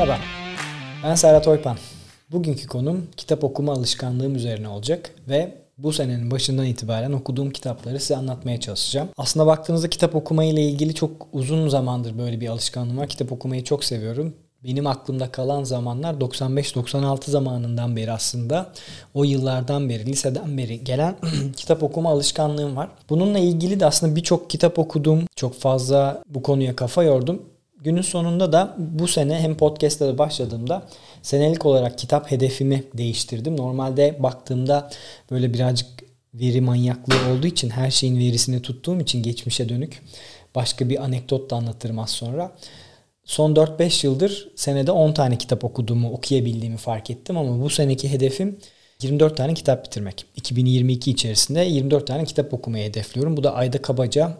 Merhaba, ben Serhat Oypan. Bugünkü konum kitap okuma alışkanlığım üzerine olacak ve bu senenin başından itibaren okuduğum kitapları size anlatmaya çalışacağım. Aslında baktığınızda kitap okumayla ilgili çok uzun zamandır böyle bir alışkanlığım var. Kitap okumayı çok seviyorum. Benim aklımda kalan zamanlar 95-96 zamanından beri aslında o yıllardan beri, liseden beri gelen kitap okuma alışkanlığım var. Bununla ilgili de aslında birçok kitap okudum. Çok fazla bu konuya kafa yordum. Günün sonunda da bu sene hem podcast'lara başladığımda senelik olarak kitap hedefimi değiştirdim. Normalde baktığımda böyle birazcık veri manyaklığı olduğu için her şeyin verisini tuttuğum için geçmişe dönük başka bir anekdot da anlatırım az sonra. Son 4-5 yıldır senede 10 tane kitap okuyabildiğimi fark ettim ama bu seneki hedefim 24 tane kitap bitirmek. 2022 içerisinde 24 tane kitap okumayı hedefliyorum. Bu da ayda kabaca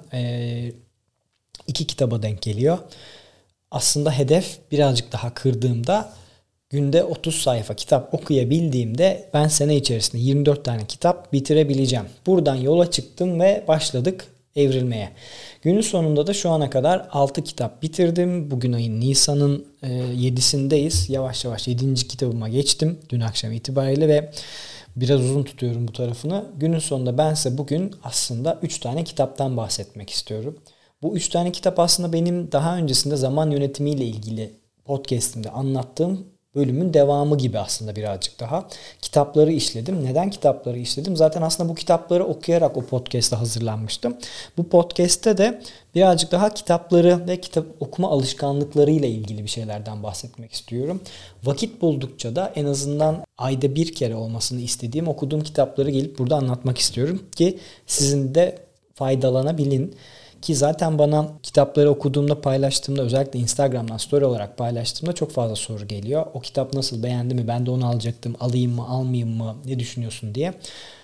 2 kitaba denk geliyor. Aslında hedef birazcık daha kırdığımda günde 30 sayfa kitap okuyabildiğimde ben sene içerisinde 24 tane kitap bitirebileceğim. Buradan yola çıktım ve başladık evrilmeye. Günün sonunda da şu ana kadar 6 kitap bitirdim. Bugün ayın Nisan'ın 7'sindeyiz. Yavaş yavaş 7. kitabıma geçtim dün akşam itibariyle ve biraz uzun tutuyorum bu tarafını. Günün sonunda ben size bugün aslında 3 tane kitaptan bahsetmek istiyorum. Bu 3 tane kitap aslında benim daha öncesinde zaman yönetimiyle ilgili podcast'imde anlattığım bölümün devamı gibi aslında birazcık daha. Kitapları işledim. Neden kitapları işledim? Zaten aslında bu kitapları okuyarak o podcast'a hazırlanmıştım. Bu podcast'te de birazcık daha kitapları ve kitap okuma alışkanlıklarıyla ilgili bir şeylerden bahsetmek istiyorum. Vakit buldukça da en azından ayda bir kere olmasını istediğim okuduğum kitapları gelip burada anlatmak istiyorum ki sizin de faydalanabilin. Ki zaten bana kitapları okuduğumda paylaştığımda özellikle Instagram'dan story olarak paylaştığımda çok fazla soru geliyor. O kitap nasıl, beğendi mi, ben de onu alacaktım, alayım mı almayayım mı, ne düşünüyorsun diye.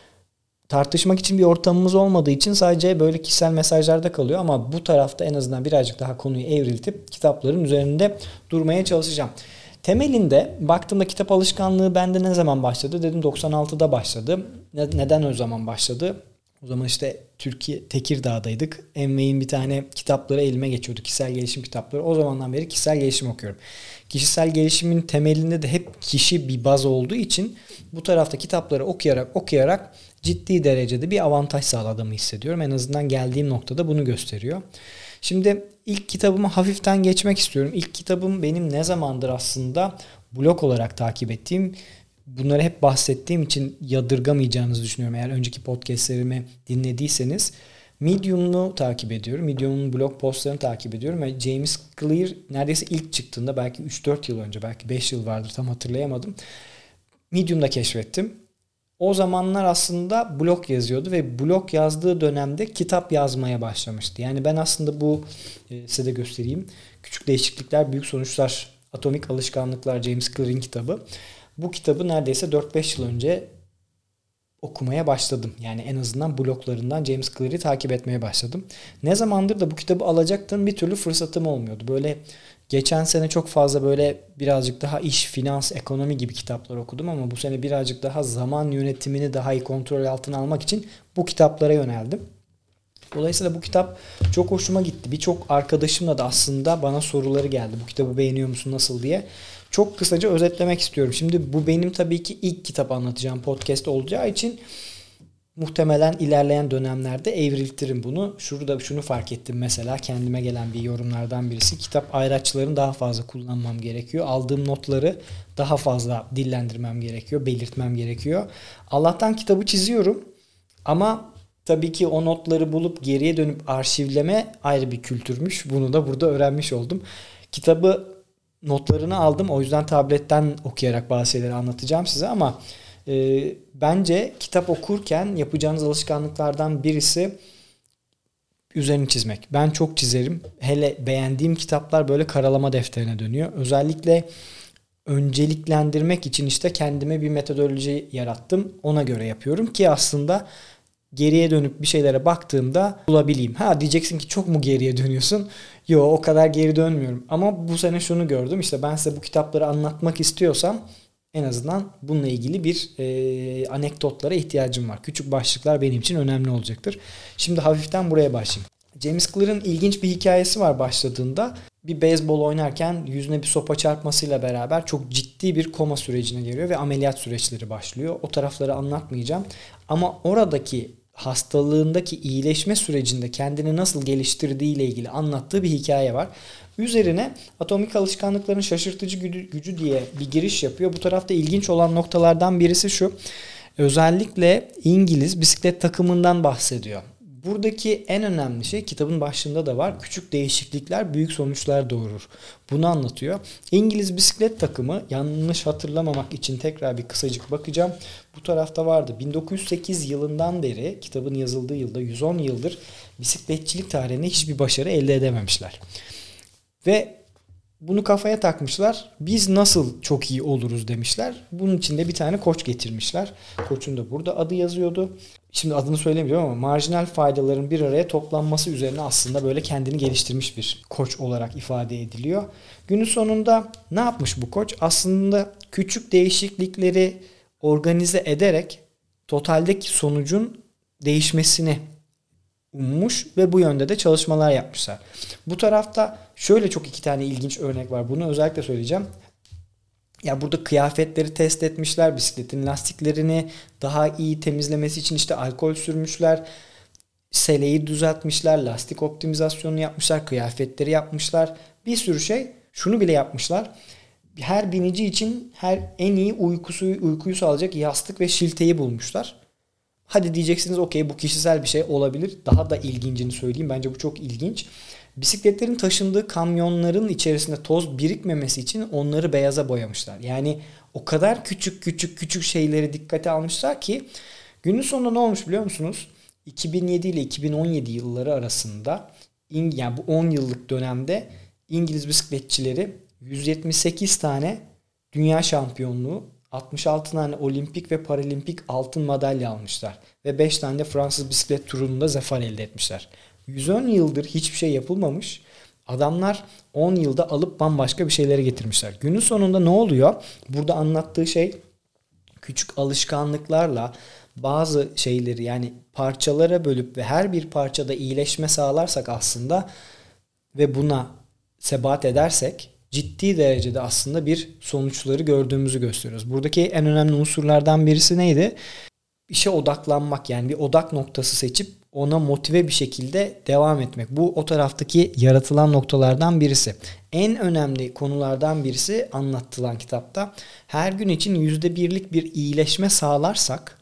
Tartışmak için bir ortamımız olmadığı için sadece böyle kişisel mesajlarda kalıyor ama bu tarafta en azından birazcık daha konuyu evriltip kitapların üzerinde durmaya çalışacağım. Temelinde baktığımda kitap alışkanlığı bende ne zaman başladı? Dedim 96'da başladı. Neden o zaman başladı? O zaman işte Türkiye Tekirdağ'daydık. Envey'in bir tane kitapları elime geçiyordu. Kişisel gelişim kitapları. O zamandan beri kişisel gelişim okuyorum. Kişisel gelişimin temelinde de hep kişi bir baz olduğu için bu tarafta kitapları okuyarak ciddi derecede bir avantaj sağladığımı hissediyorum. En azından geldiğim noktada bunu gösteriyor. Şimdi ilk kitabıma hafiften geçmek istiyorum. İlk kitabım benim ne zamandır aslında blog olarak takip ettiğim, bunları hep bahsettiğim için yadırgamayacağınızı düşünüyorum. Eğer önceki podcastlerimi dinlediyseniz Medium'u takip ediyorum. Medium'un blog postlarını takip ediyorum. Ve James Clear neredeyse ilk çıktığında belki 3-4 yıl önce, belki 5 yıl vardır tam hatırlayamadım. Medium'da keşfettim. O zamanlar aslında blog yazıyordu ve blog yazdığı dönemde kitap yazmaya başlamıştı. Yani ben aslında bu size de göstereyim. Küçük Değişiklikler, Büyük Sonuçlar, Atomik Alışkanlıklar, James Clear'in kitabı. Bu kitabı neredeyse 4-5 yıl önce okumaya başladım. Yani en azından bloglarından James Clear'i takip etmeye başladım. Ne zamandır da bu kitabı alacaktım, bir türlü fırsatım olmuyordu. Böyle geçen sene çok fazla böyle birazcık daha iş, finans, ekonomi gibi kitaplar okudum ama bu sene birazcık daha zaman yönetimini daha iyi kontrol altına almak için bu kitaplara yöneldim. Dolayısıyla bu kitap çok hoşuma gitti. Birçok arkadaşımla da aslında bana soruları geldi. Bu kitabı beğeniyor musun, nasıl diye. Çok kısaca özetlemek istiyorum. Şimdi bu benim tabii ki ilk kitap anlatacağım podcast olacağı için muhtemelen ilerleyen dönemlerde evriltirim bunu. Şurada şunu fark ettim mesela, kendime gelen bir yorumlardan birisi. Kitap ayraçlarını daha fazla kullanmam gerekiyor. Aldığım notları daha fazla dillendirmem gerekiyor, belirtmem gerekiyor. Allah'tan kitabı çiziyorum ama tabii ki o notları bulup geriye dönüp arşivleme ayrı bir kültürmüş. Bunu da burada öğrenmiş oldum. Kitabı notlarını aldım. O yüzden tabletten okuyarak bazı şeyleri anlatacağım size ama bence kitap okurken yapacağınız alışkanlıklardan birisi üzerini çizmek. Ben çok çizerim. Hele beğendiğim kitaplar böyle karalama defterine dönüyor. Özellikle önceliklendirmek için işte kendime bir metodoloji yarattım. Ona göre yapıyorum ki aslında geriye dönüp bir şeylere baktığımda bulabileyim. Ha diyeceksin ki çok mu geriye dönüyorsun? Yo, o kadar geri dönmüyorum. Ama bu sene şunu gördüm. İşte ben size bu kitapları anlatmak istiyorsam en azından bununla ilgili bir anekdotlara ihtiyacım var. Küçük başlıklar benim için önemli olacaktır. Şimdi hafiften buraya başlayayım. James Clear'ın ilginç bir hikayesi var başladığında. Bir beyzbol oynarken yüzüne bir sopa çarpmasıyla beraber çok ciddi bir koma sürecine giriyor ve ameliyat süreçleri başlıyor. O tarafları anlatmayacağım. Ama oradaki hastalığındaki iyileşme sürecinde kendini nasıl geliştirdiği ile ilgili anlattığı bir hikaye var. Üzerine atomik alışkanlıkların şaşırtıcı gücü diye bir giriş yapıyor. Bu tarafta ilginç olan noktalardan birisi şu. Özellikle İngiliz bisiklet takımından bahsediyor. Buradaki en önemli şey kitabın başlığında da var. Küçük değişiklikler büyük sonuçlar doğurur. Bunu anlatıyor. İngiliz bisiklet takımı, yanlış hatırlamamak için tekrar bir kısacık bakacağım. Bu tarafta vardı. 1908 yılından beri, kitabın yazıldığı yılda 110 yıldır bisikletçilik tarihinde hiçbir başarı elde edememişler. Ve bunu kafaya takmışlar. Biz nasıl çok iyi oluruz demişler. Bunun için de bir tane koç getirmişler. Koçun da burada adı yazıyordu. Şimdi adını söylemiyorum ama marjinal faydaların bir araya toplanması üzerine aslında böyle kendini geliştirmiş bir koç olarak ifade ediliyor. Günün sonunda ne yapmış bu koç? Aslında küçük değişiklikleri organize ederek totaldeki sonucun değişmesini ummuş ve bu yönde de çalışmalar yapmışlar. Bu tarafta şöyle çok iki tane ilginç örnek var. Bunu özellikle söyleyeceğim. Ya burada kıyafetleri test etmişler, bisikletin lastiklerini daha iyi temizlemesi için işte alkol sürmüşler, seleyi düzeltmişler, lastik optimizasyonu yapmışlar, kıyafetleri yapmışlar. Bir sürü şey. Şunu bile yapmışlar. Her binici için en iyi uykuyu sağlayacak yastık ve şilteyi bulmuşlar. Hadi diyeceksiniz okey bu kişisel bir şey olabilir. Daha da ilgincini söyleyeyim. Bence bu çok ilginç. Bisikletlerin taşındığı kamyonların içerisinde toz birikmemesi için onları beyaza boyamışlar. Yani o kadar küçük şeyleri dikkate almışlar ki günün sonunda ne olmuş biliyor musunuz? 2007 ile 2017 yılları arasında yani bu 10 yıllık dönemde İngiliz bisikletçileri 178 tane dünya şampiyonluğu, 66 tane olimpik ve paralimpik altın madalya almışlar. Ve 5 tane de Fransız bisiklet turunda zafer elde etmişler. 110 yıldır hiçbir şey yapılmamış. Adamlar 10 yılda alıp bambaşka bir şeyleri getirmişler. Günün sonunda ne oluyor? Burada anlattığı şey küçük alışkanlıklarla bazı şeyleri yani parçalara bölüp ve her bir parçada iyileşme sağlarsak aslında ve buna sebat edersek ciddi derecede aslında bir sonuçları gördüğümüzü gösteriyoruz. Buradaki en önemli unsurlardan birisi neydi? İşe odaklanmak, yani bir odak noktası seçip ona motive bir şekilde devam etmek. Bu o taraftaki yaratılan noktalardan birisi. En önemli konulardan birisi anlatılan kitapta. Her gün için %1'lik bir iyileşme sağlarsak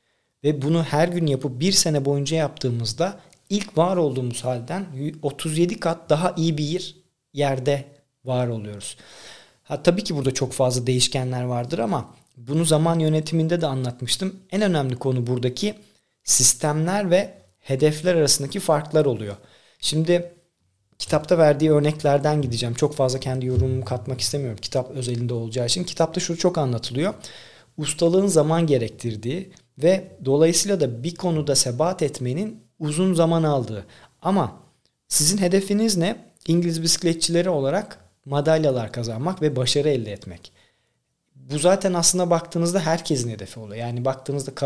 ve bunu her gün yapıp bir sene boyunca yaptığımızda ilk var olduğumuz halden 37 kat daha iyi bir yerde var oluyoruz. Tabii ki burada çok fazla değişkenler vardır ama bunu zaman yönetiminde de anlatmıştım. En önemli konu buradaki sistemler ve hedefler arasındaki farklar oluyor. Şimdi kitapta verdiği örneklerden gideceğim. Çok fazla kendi yorumumu katmak istemiyorum. Kitap özelinde olacağı için. Kitapta şu çok anlatılıyor. Ustalığın zaman gerektirdiği ve dolayısıyla da bir konuda sebat etmenin uzun zaman aldığı. Ama sizin hedefiniz ne? İngiliz bisikletçileri olarak madalyalar kazanmak ve başarı elde etmek. Bu zaten aslında baktığınızda herkesin hedefi oluyor. Yani baktığınızda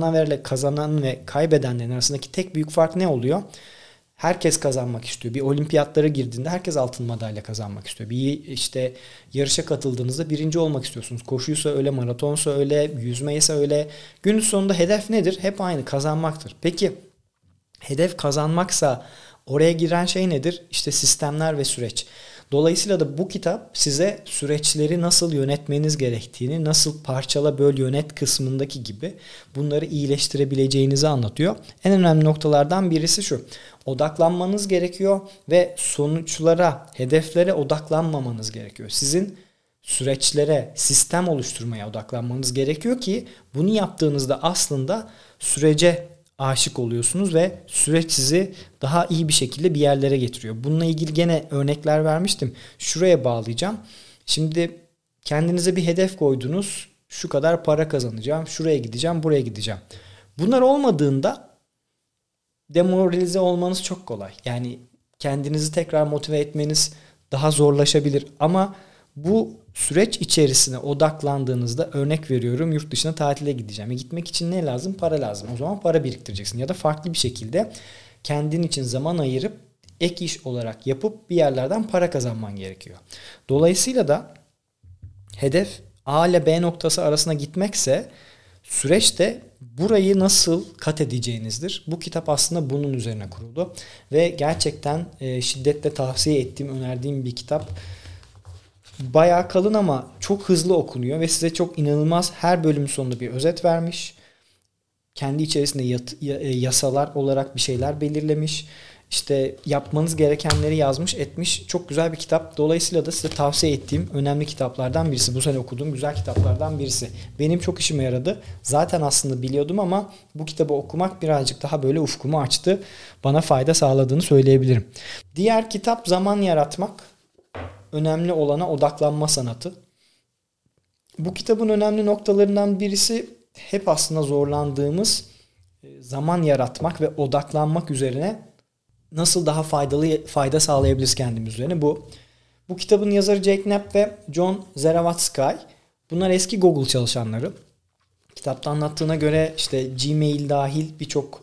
kazanan ve kaybedenlerin arasındaki tek büyük fark ne oluyor? Herkes kazanmak istiyor. Bir olimpiyatlara girdiğinde herkes altın madalya kazanmak istiyor. Bir işte yarışa katıldığınızda birinci olmak istiyorsunuz. Koşuysa öyle, maratonsa öyle, yüzmeyse öyle. Günün sonunda hedef nedir? Hep aynı, kazanmaktır. Peki hedef kazanmaksa oraya giren şey nedir? İşte sistemler ve süreç. Dolayısıyla da bu kitap size süreçleri nasıl yönetmeniz gerektiğini, nasıl parçala böl yönet kısmındaki gibi bunları iyileştirebileceğinizi anlatıyor. En önemli noktalardan birisi şu: odaklanmanız gerekiyor ve sonuçlara, hedeflere odaklanmamanız gerekiyor. Sizin süreçlere, sistem oluşturmaya odaklanmanız gerekiyor ki bunu yaptığınızda aslında sürece aşık oluyorsunuz ve süreç sizi daha iyi bir şekilde bir yerlere getiriyor. Bununla ilgili gene örnekler vermiştim. Şuraya bağlayacağım. Şimdi kendinize bir hedef koydunuz. Şu kadar para kazanacağım. Şuraya gideceğim, buraya gideceğim. Bunlar olmadığında demoralize olmanız çok kolay. Yani kendinizi tekrar motive etmeniz daha zorlaşabilir. Ama bu süreç içerisine odaklandığınızda, örnek veriyorum, yurt dışına tatile gideceğim. Gitmek için ne lazım? Para lazım. O zaman para biriktireceksin. Ya da farklı bir şekilde kendin için zaman ayırıp ek iş olarak yapıp bir yerlerden para kazanman gerekiyor. Dolayısıyla da hedef A ile B noktası arasına gitmekse süreçte burayı nasıl kat edeceğinizdir. Bu kitap aslında bunun üzerine kuruldu. Ve gerçekten şiddetle tavsiye ettiğim, önerdiğim bir kitap. Bayağı kalın ama çok hızlı okunuyor ve size çok inanılmaz her bölümün sonunda bir özet vermiş. Kendi içerisinde yasalar olarak bir şeyler belirlemiş. İşte yapmanız gerekenleri yazmış etmiş. Çok güzel bir kitap. Dolayısıyla da size tavsiye ettiğim önemli kitaplardan birisi. Bu sene okuduğum güzel kitaplardan birisi. Benim çok işime yaradı. Zaten aslında biliyordum ama bu kitabı okumak birazcık daha böyle ufkumu açtı. Bana fayda sağladığını söyleyebilirim. Diğer kitap Zaman Yaratmak. Önemli olana odaklanma sanatı. Bu kitabın önemli noktalarından birisi hep aslında zorlandığımız zaman yaratmak ve odaklanmak üzerine nasıl daha fayda sağlayabiliriz kendimiz üzerine bu. Bu kitabın yazarı Jake Knapp ve John Zerawatsky. Bunlar eski Google çalışanları. Kitapta anlattığına göre işte Gmail dahil birçok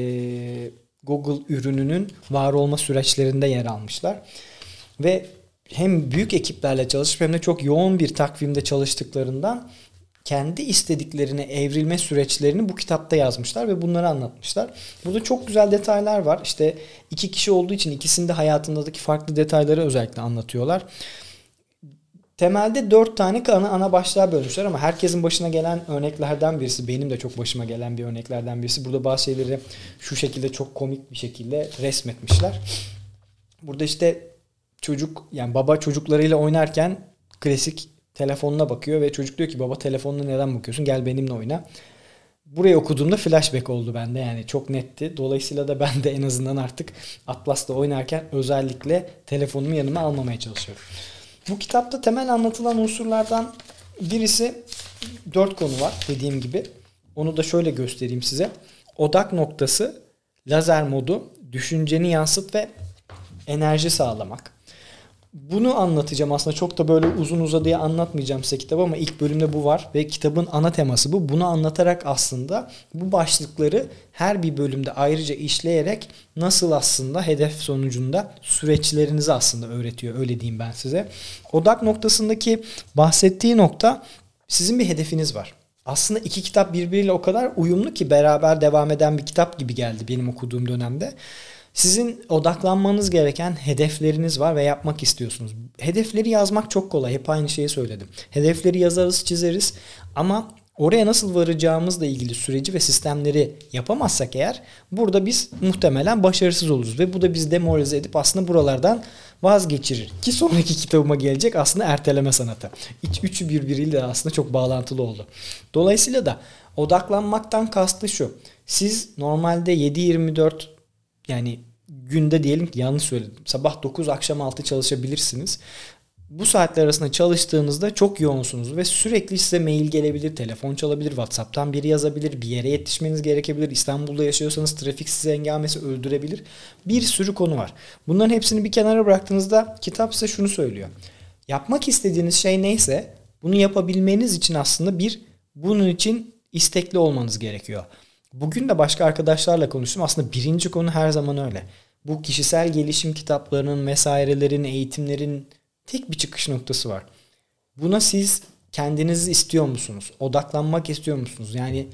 Google ürününün var olma süreçlerinde yer almışlar. Ve hem büyük ekiplerle çalışıp hem de çok yoğun bir takvimde çalıştıklarından kendi istediklerine evrilme süreçlerini bu kitapta yazmışlar ve bunları anlatmışlar. Burada çok güzel detaylar var. İşte 2 kişi olduğu için ikisinin de hayatındaki farklı detayları özellikle anlatıyorlar. Temelde 4 tane ana başlığa bölmüşler ama herkesin başına gelen örneklerden birisi, benim de çok başıma gelen bir örneklerden birisi. Burada bazı şeyleri şu şekilde çok komik bir şekilde resmetmişler. Burada işte çocuk, yani baba çocuklarıyla oynarken klasik telefonuna bakıyor ve çocuk diyor ki baba telefonuna neden bakıyorsun, gel benimle oyna. Burayı okuduğumda flashback oldu bende, yani çok netti. Dolayısıyla da ben de en azından artık Atlas'ta oynarken özellikle telefonumu yanıma almamaya çalışıyorum. Bu kitapta temel anlatılan unsurlardan birisi 4 konu var dediğim gibi. Onu da şöyle göstereyim size. Odak noktası, lazer modu, düşünceni yansıt ve enerji sağlamak. Bunu anlatacağım aslında, çok da böyle uzun uzadıya anlatmayacağım size kitabı ama ilk bölümde bu var ve kitabın ana teması bu. Bunu anlatarak aslında bu başlıkları her bir bölümde ayrıca işleyerek nasıl aslında hedef sonucunda süreçlerinizi aslında öğretiyor, öyle diyeyim ben size. Odak noktasındaki bahsettiği nokta, sizin bir hedefiniz var. Aslında 2 kitap birbiriyle o kadar uyumlu ki beraber devam eden bir kitap gibi geldi benim okuduğum dönemde. Sizin odaklanmanız gereken hedefleriniz var ve yapmak istiyorsunuz. Hedefleri yazmak çok kolay. Hep aynı şeyi söyledim. Hedefleri yazarız, çizeriz ama oraya nasıl varacağımızla ilgili süreci ve sistemleri yapamazsak eğer burada biz muhtemelen başarısız oluruz ve bu da bizi demoralize edip aslında buralardan vazgeçirir. Ki sonraki kitabıma gelecek aslında erteleme sanatı. Üçü birbiriyle aslında çok bağlantılı oldu. Dolayısıyla da odaklanmaktan kastı şu. Siz normalde 7-24, yani günde diyelim ki, yanlış söyledim, sabah 9 akşam 6 çalışabilirsiniz. Bu saatler arasında çalıştığınızda çok yoğunsunuz ve sürekli size mail gelebilir, telefon çalabilir, WhatsApp'tan biri yazabilir, bir yere yetişmeniz gerekebilir. İstanbul'da yaşıyorsanız trafik sizi engellemesi öldürebilir. Bir sürü konu var. Bunların hepsini bir kenara bıraktığınızda kitap size şunu söylüyor. Yapmak istediğiniz şey neyse bunu yapabilmeniz için aslında bunun için istekli olmanız gerekiyor. Bugün de başka arkadaşlarla konuştum. Aslında birinci konu her zaman öyle. Bu kişisel gelişim kitaplarının, vesairelerin, eğitimlerin tek bir çıkış noktası var. Buna siz kendinizi istiyor musunuz? Odaklanmak istiyor musunuz? Yani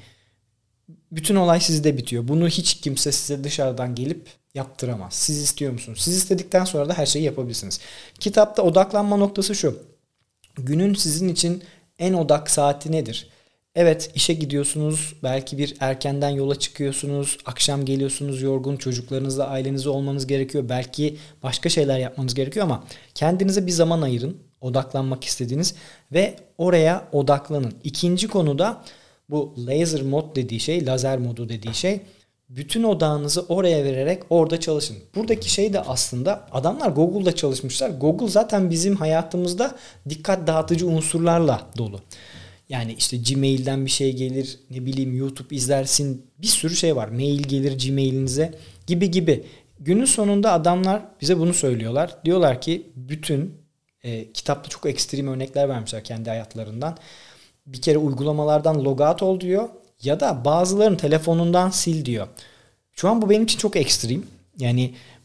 bütün olay sizde bitiyor. Bunu hiç kimse size dışarıdan gelip yaptıramaz. Siz istiyor musunuz? Siz istedikten sonra da her şeyi yapabilirsiniz. Kitapta odaklanma noktası şu. Günün sizin için en odak saati nedir? Evet, işe gidiyorsunuz, belki bir erkenden yola çıkıyorsunuz, akşam geliyorsunuz yorgun, çocuklarınızla, ailenizle olmanız gerekiyor. Belki başka şeyler yapmanız gerekiyor ama kendinize bir zaman ayırın, odaklanmak istediğiniz ve oraya odaklanın. İkinci konuda bu laser mod dediği şey, lazer modu dediği şey, bütün odağınızı oraya vererek orada çalışın. Buradaki şey de aslında adamlar Google'da çalışmışlar. Google zaten bizim hayatımızda dikkat dağıtıcı unsurlarla dolu. Yani işte Gmail'den bir şey gelir, ne bileyim YouTube izlersin, bir sürü şey var. Mail gelir Gmail'inize gibi. Günün sonunda adamlar bize bunu söylüyorlar. Diyorlar ki bütün kitapta çok ekstrem örnekler vermişler kendi hayatlarından. Bir kere uygulamalardan logout ol diyor ya da bazılarının telefonundan sil diyor. Şu an bu benim için çok ekstrem. Yani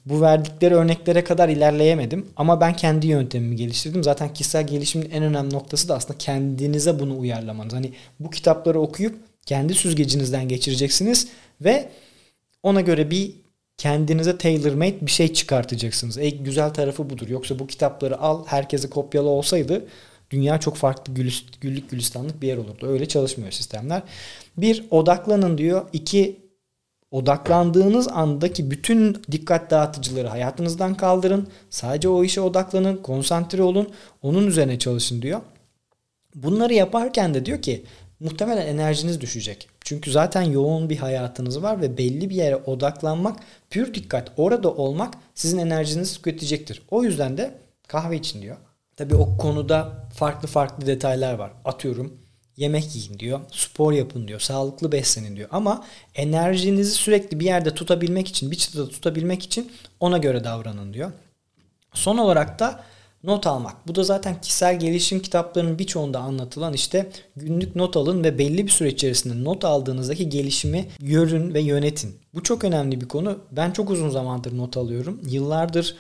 Bu verdikleri örneklere kadar ilerleyemedim ama ben kendi yöntemimi geliştirdim. Zaten kişisel gelişimin en önemli noktası da aslında kendinize bunu uyarlamanız. Hani bu kitapları okuyup kendi süzgecinizden geçireceksiniz ve ona göre bir kendinize tailor-made bir şey çıkartacaksınız. Güzel tarafı budur. Yoksa bu kitapları al, herkese kopyalı olsaydı dünya çok farklı güllük gülistanlık bir yer olurdu. Öyle çalışmıyor sistemler. 1. Odaklanın diyor. 2. Odaklandığınız andaki bütün dikkat dağıtıcıları hayatınızdan kaldırın. Sadece o işe odaklanın, konsantre olun, onun üzerine çalışın diyor. Bunları yaparken de diyor ki muhtemelen enerjiniz düşecek. Çünkü zaten yoğun bir hayatınız var ve belli bir yere odaklanmak, pür dikkat orada olmak sizin enerjinizi tüketecektir. O yüzden de kahve için diyor. Tabii o konuda farklı farklı detaylar var. Atıyorum yemek yiyin diyor, spor yapın diyor, sağlıklı beslenin diyor. Ama enerjinizi sürekli bir yerde tutabilmek için, bir çıtada tutabilmek için ona göre davranın diyor. Son olarak da not almak. Bu da zaten kişisel gelişim kitaplarının birçoğunda anlatılan işte günlük not alın ve belli bir süre içerisinde not aldığınızdaki gelişimi görün ve yönetin. Bu çok önemli bir konu. Ben çok uzun zamandır not alıyorum. Yıllardır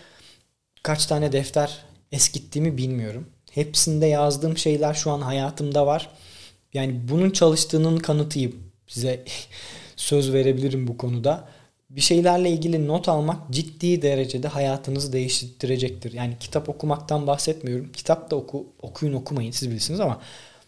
kaç tane defter eskittiğimi bilmiyorum. Hepsinde yazdığım şeyler şu an hayatımda var. Yani bunun çalıştığının kanıtıyım. Size söz verebilirim bu konuda. Bir şeylerle ilgili not almak ciddi derecede hayatınızı değiştirecektir. Yani kitap okumaktan bahsetmiyorum. Kitap da okuyun okumayın siz bilirsiniz ama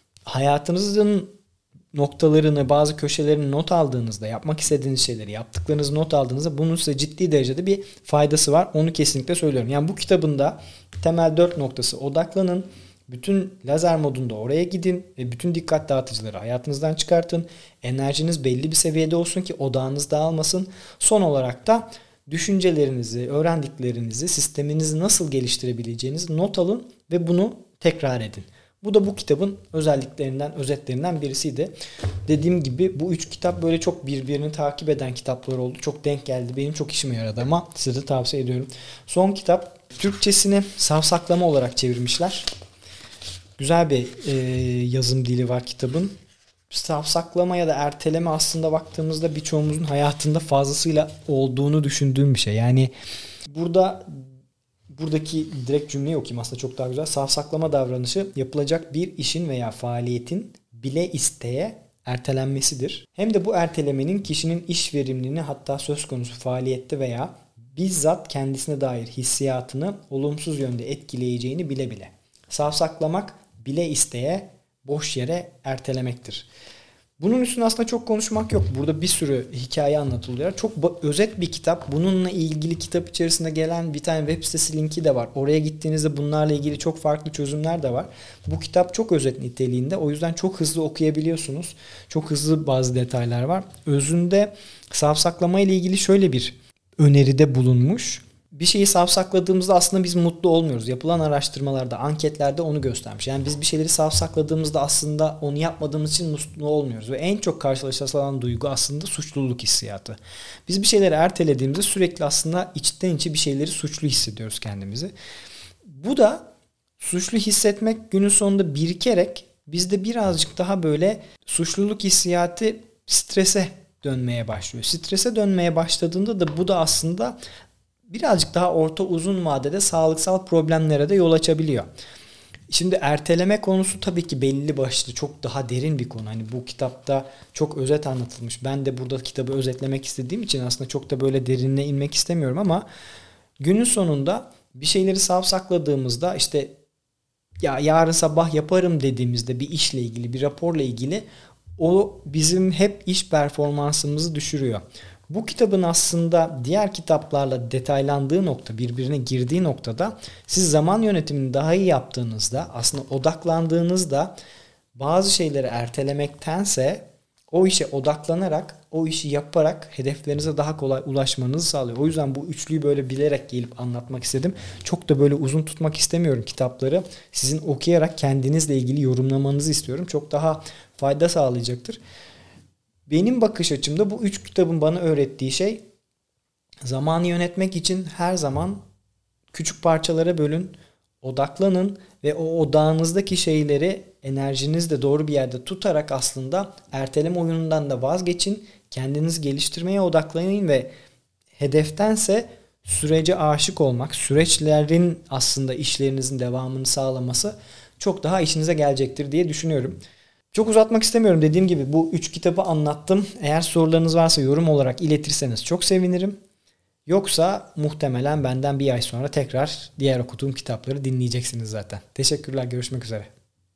hayatınızın noktalarını, bazı köşelerini not aldığınızda, yapmak istediğiniz şeyleri, yaptıklarınızı not aldığınızda bunun size ciddi derecede bir faydası var. Onu kesinlikle söylüyorum. Yani bu kitabında temel 4 noktası: odaklanın, bütün lazer modunda oraya gidin ve bütün dikkat dağıtıcıları hayatınızdan çıkartın. Enerjiniz belli bir seviyede olsun ki odağınız dağılmasın. Son olarak da düşüncelerinizi, öğrendiklerinizi, sisteminizi nasıl geliştirebileceğinizi not alın ve bunu tekrar edin. Bu da bu kitabın özelliklerinden, özetlerinden birisiydi. Dediğim gibi bu 3 kitap böyle çok birbirini takip eden kitaplar oldu. Çok denk geldi. Benim çok işime yaradı ama size de tavsiye ediyorum. Son kitap Türkçesini savsaklama olarak çevirmişler. Güzel bir yazım dili var kitabın. Savsaklama ya da erteleme aslında baktığımızda birçoğumuzun hayatında fazlasıyla olduğunu düşündüğüm bir şey. Yani buradaki direkt cümleyi okuyayım aslında çok daha güzel. Savsaklama davranışı yapılacak bir işin veya faaliyetin bile isteye ertelenmesidir. Hem de bu ertelemenin kişinin iş verimliliğini, hatta söz konusu faaliyette veya bizzat kendisine dair hissiyatını olumsuz yönde etkileyeceğini bile bile. Savsaklamak bile isteye, boş yere ertelemektir. Bunun üstüne aslında çok konuşmak yok. Burada bir sürü hikaye anlatılıyor. Çok özet bir kitap. Bununla ilgili kitap içerisinde gelen bir tane web sitesi linki de var. Oraya gittiğinizde bunlarla ilgili çok farklı çözümler de var. Bu kitap çok özet niteliğinde. O yüzden çok hızlı okuyabiliyorsunuz. Çok hızlı bazı detaylar var. Özünde savsaklama ile ilgili şöyle bir öneride bulunmuş. Bir şeyi savsakladığımızda aslında biz mutlu olmuyoruz. Yapılan araştırmalarda, anketlerde onu göstermiş. Yani biz bir şeyleri savsakladığımızda aslında onu yapmadığımız için mutlu olmuyoruz. Ve en çok karşılaşılan duygu aslında suçluluk hissiyatı. Biz bir şeyleri ertelediğimizde sürekli aslında içten içe bir şeyleri suçlu hissediyoruz kendimizi. Bu da suçlu hissetmek günün sonunda birikerek bizde birazcık daha böyle suçluluk hissiyatı strese dönmeye başlıyor. Strese dönmeye başladığında da bu da aslında birazcık daha orta uzun vadede sağlıksal problemlere de yol açabiliyor. Şimdi erteleme konusu tabii ki belli başlı çok daha derin bir konu. Hani bu kitapta çok özet anlatılmış. Ben de burada kitabı özetlemek istediğim için aslında çok da böyle derinine inmek istemiyorum ama günün sonunda bir şeyleri savsakladığımızda işte ya yarın sabah yaparım dediğimizde bir işle ilgili, bir raporla ilgili o bizim hep iş performansımızı düşürüyor. Bu kitabın aslında diğer kitaplarla detaylandığı nokta, birbirine girdiği noktada siz zaman yönetimini daha iyi yaptığınızda, aslında odaklandığınızda bazı şeyleri ertelemektense o işe odaklanarak, o işi yaparak hedeflerinize daha kolay ulaşmanızı sağlıyor. O yüzden bu üçlüyü böyle bilerek gelip anlatmak istedim. Çok da böyle uzun tutmak istemiyorum kitapları. Sizin okuyarak kendinizle ilgili yorumlamanızı istiyorum. Çok daha fayda sağlayacaktır. Benim bakış açımda bu 3 kitabın bana öğrettiği şey, zamanı yönetmek için her zaman küçük parçalara bölün, odaklanın ve o odağınızdaki şeyleri enerjinizle doğru bir yerde tutarak aslında erteleme oyunundan da vazgeçin. Kendinizi geliştirmeye odaklanın ve hedeftense sürece aşık olmak, süreçlerin aslında işlerinizin devamını sağlaması çok daha işinize gelecektir diye düşünüyorum. Çok uzatmak istemiyorum. Dediğim gibi bu 3 kitabı anlattım. Eğer sorularınız varsa yorum olarak iletirseniz çok sevinirim. Yoksa muhtemelen benden bir ay sonra tekrar diğer okuduğum kitapları dinleyeceksiniz zaten. Teşekkürler. Görüşmek üzere.